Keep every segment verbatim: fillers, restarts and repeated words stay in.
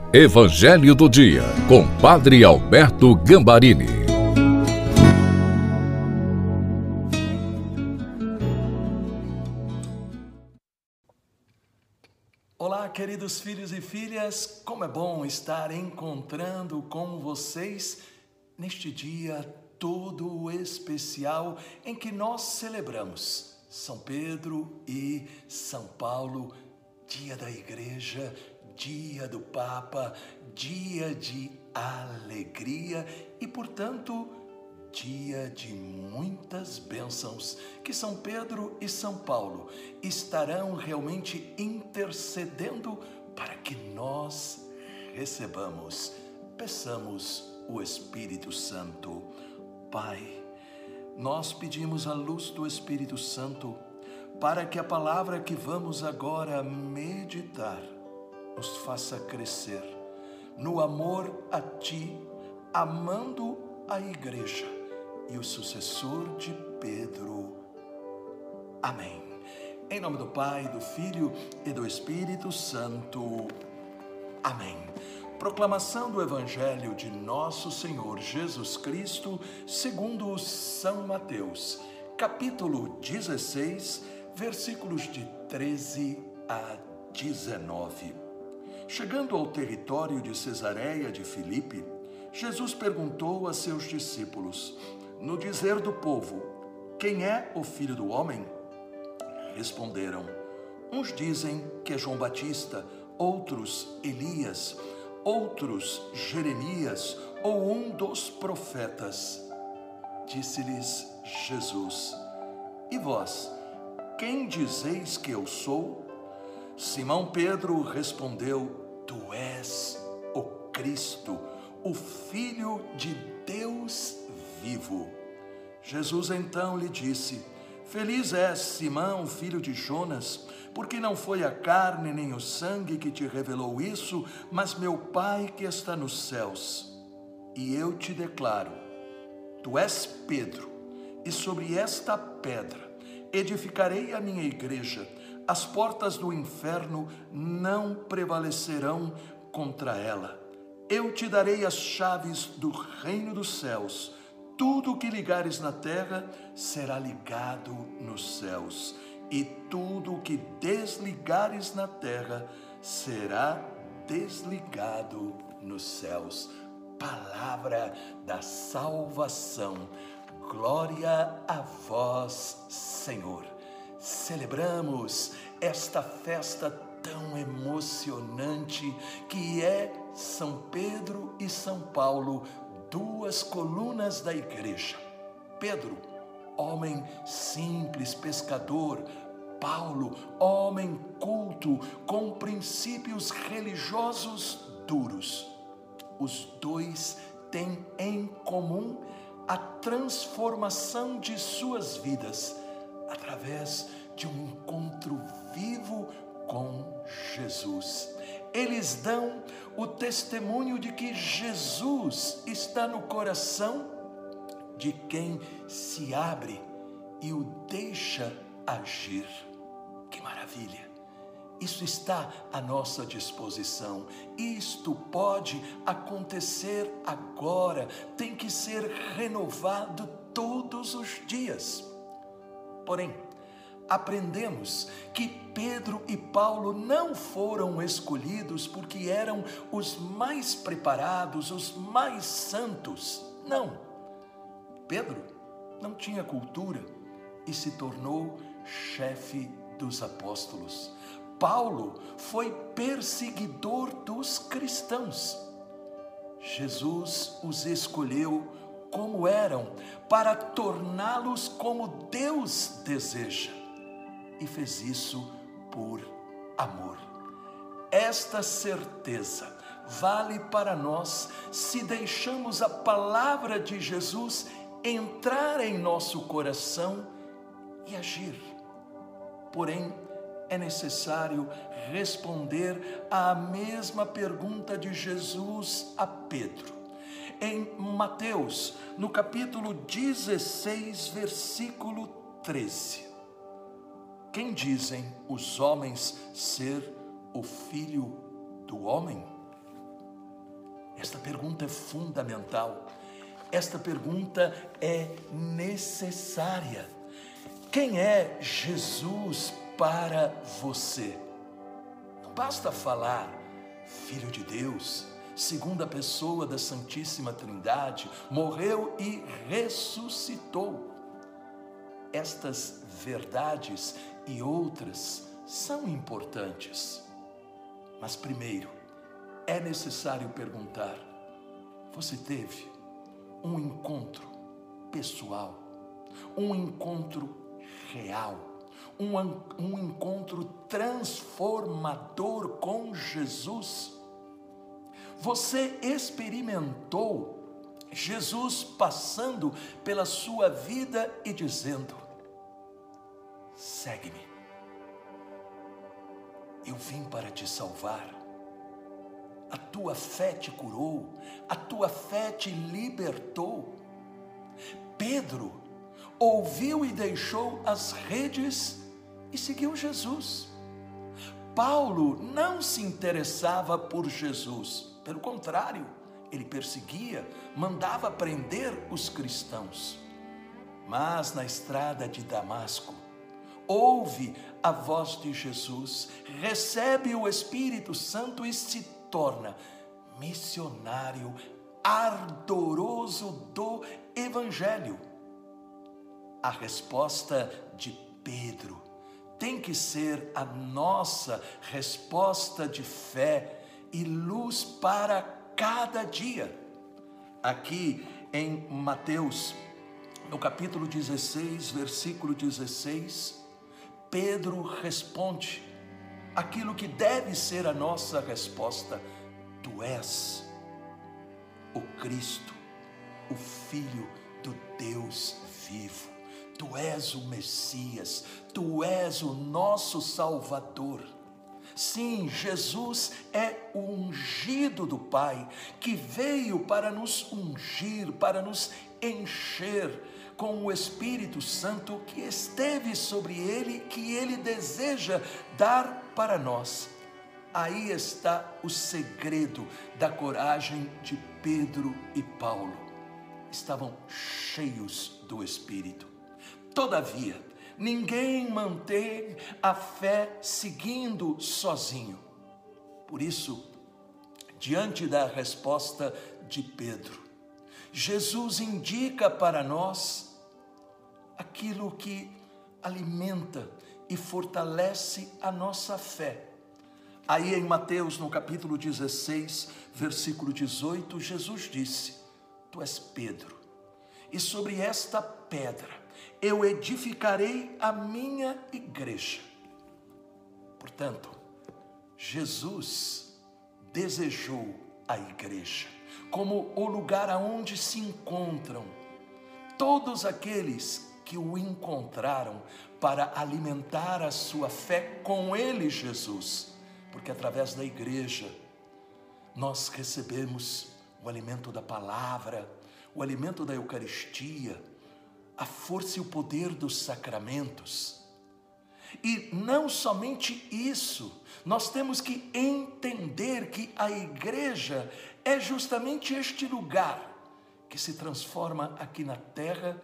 Evangelho do Dia, com Padre Alberto Gambarini. Olá, queridos filhos e filhas, como é bom estar encontrando com vocês neste dia todo especial em que nós celebramos São Pedro e São Paulo, dia da Igreja, dia do Papa, dia de alegria e, portanto, dia de muitas bênçãos, que São Pedro e São Paulo estarão realmente intercedendo para que nós recebamos. Peçamos o Espírito Santo. Pai, nós pedimos a luz do Espírito Santo para que a palavra que vamos agora meditar nos faça crescer no amor a Ti, amando a Igreja e o sucessor de Pedro. Amém. Em nome do Pai, do Filho e do Espírito Santo. Amém. Proclamação do Evangelho de Nosso Senhor Jesus Cristo, segundo São Mateus, capítulo dezesseis, versículos de treze a dezenove. Chegando ao território de Cesareia de Filipe, Jesus perguntou a seus discípulos: no dizer do povo, quem é o Filho do Homem? Responderam: uns dizem que é João Batista, outros Elias, outros Jeremias ou um dos profetas. Disse-lhes Jesus: e vós, quem dizeis que eu sou? Simão Pedro respondeu: tu és o Cristo, o Filho de Deus vivo. Jesus então lhe disse: feliz és, Simão, filho de Jonas, porque não foi a carne nem o sangue que te revelou isso, mas meu Pai que está nos céus. E eu te declaro: tu és Pedro, e sobre esta pedra edificarei a minha igreja. As portas do inferno não prevalecerão contra ela. Eu te darei as chaves do reino dos céus. Tudo o que ligares na terra será ligado nos céus, e tudo o que desligares na terra será desligado nos céus. Palavra da salvação. Glória a vós, Senhor. Celebramos esta festa tão emocionante que é São Pedro e São Paulo, duas colunas da Igreja. Pedro, homem simples, pescador. Paulo, homem culto, com princípios religiosos duros. Os dois têm em comum a transformação de suas vidas através de um encontro vivo com Jesus. Eles dão o testemunho de que Jesus está no coração de quem se abre e o deixa agir. Que maravilha! Isso está à nossa disposição. Isto pode acontecer agora. Tem que ser renovado todos os dias. Porém, aprendemos que Pedro e Paulo não foram escolhidos porque eram os mais preparados, os mais santos. Não. Pedro não tinha cultura e se tornou chefe dos apóstolos. Paulo foi perseguidor dos cristãos. Jesus os escolheu como eram, para torná-los como Deus deseja, e fez isso por amor. Esta certeza vale para nós se deixamos a palavra de Jesus entrar em nosso coração e agir. Porém, é necessário responder à mesma pergunta de Jesus a Pedro. Em Mateus, no capítulo dezesseis, versículo treze. Quem dizem os homens ser o Filho do Homem? Esta pergunta é fundamental. Esta pergunta é necessária. Quem é Jesus para você? Não basta falar Filho de Deus, segunda pessoa da Santíssima Trindade, morreu e ressuscitou. Estas verdades e outras são importantes. Mas primeiro, é necessário perguntar: você teve um encontro pessoal, um encontro real, um, um encontro transformador com Jesus? Você experimentou Jesus passando pela sua vida e dizendo: segue-me, eu vim para te salvar. A tua fé te curou, a tua fé te libertou. Pedro ouviu e deixou as redes e seguiu Jesus. Paulo não se interessava por Jesus, pelo contrário, ele perseguia, mandava prender os cristãos. Mas na estrada de Damasco, ouve a voz de Jesus, recebe o Espírito Santo e se torna missionário ardoroso do Evangelho. A resposta de Pedro tem que ser a nossa resposta de fé e luz para cada dia. Aqui em Mateus, no capítulo dezesseis, versículo dezesseis, Pedro responde aquilo que deve ser a nossa resposta: tu és o Cristo, o Filho do Deus vivo. Tu és o Messias, tu és o nosso Salvador. Sim, Jesus é o ungido do Pai, que veio para nos ungir, para nos encher com o Espírito Santo que esteve sobre ele, que ele deseja dar para nós. Aí está o segredo da coragem de Pedro e Paulo. Estavam cheios do Espírito. Todavia, ninguém mantém a fé seguindo sozinho. Por isso, diante da resposta de Pedro, Jesus indica para nós aquilo que alimenta e fortalece a nossa fé. Aí em Mateus, no capítulo dezesseis, versículo dezoito, Jesus disse: tu és Pedro, e sobre esta pedra eu edificarei a minha igreja. Portanto, Jesus desejou a igreja como o lugar aonde se encontram todos aqueles que o encontraram para alimentar a sua fé com ele, Jesus, porque através da igreja nós recebemos o alimento da palavra, o alimento da Eucaristia, a força e o poder dos sacramentos. E não somente isso, nós temos que entender que a igreja é justamente este lugar que se transforma aqui na terra,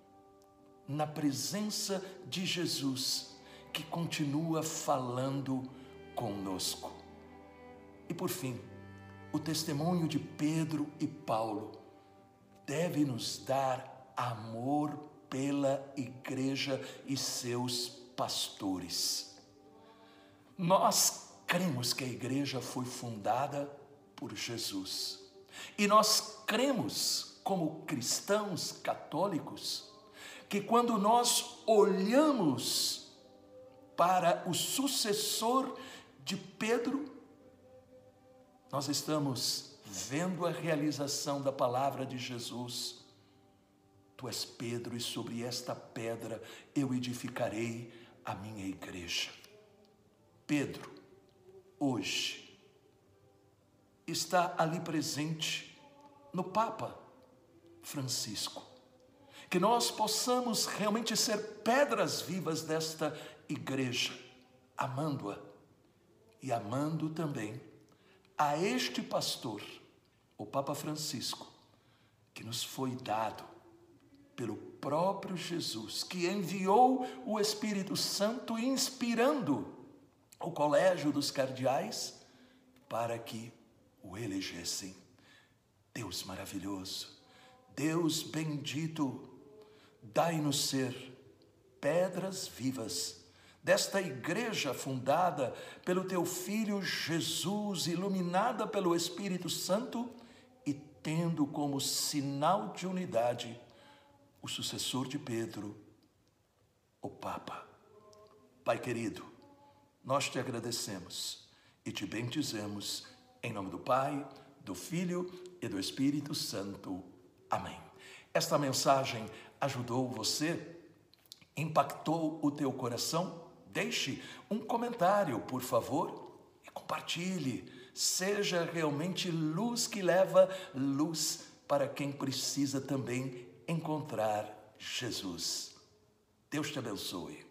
na presença de Jesus, que continua falando conosco. E por fim, o testemunho de Pedro e Paulo deve nos dar amor pela igreja e seus pastores. Nós cremos que a igreja foi fundada por Jesus. E nós cremos, como cristãos católicos, que quando nós olhamos para o sucessor de Pedro, nós estamos vendo a realização da palavra de Jesus. Tu és Pedro, e sobre esta pedra eu edificarei a minha igreja. Pedro, hoje, está ali presente no Papa Francisco. Que nós possamos realmente ser pedras vivas desta igreja, amando-a e amando também a este pastor, o Papa Francisco, que nos foi dado pelo próprio Jesus, que enviou o Espírito Santo inspirando o colégio dos cardeais para que o elegessem. Deus maravilhoso, Deus bendito, dai-nos ser pedras vivas desta igreja fundada pelo teu Filho Jesus, iluminada pelo Espírito Santo e tendo como sinal de unidade o sucessor de Pedro, o Papa. Pai querido, nós te agradecemos e te bendizemos em nome do Pai, do Filho e do Espírito Santo. Amém. Esta mensagem ajudou você? Impactou o teu coração? Deixe um comentário, por favor, e compartilhe. Seja realmente luz que leva luz para quem precisa também encontrar Jesus. Deus te abençoe.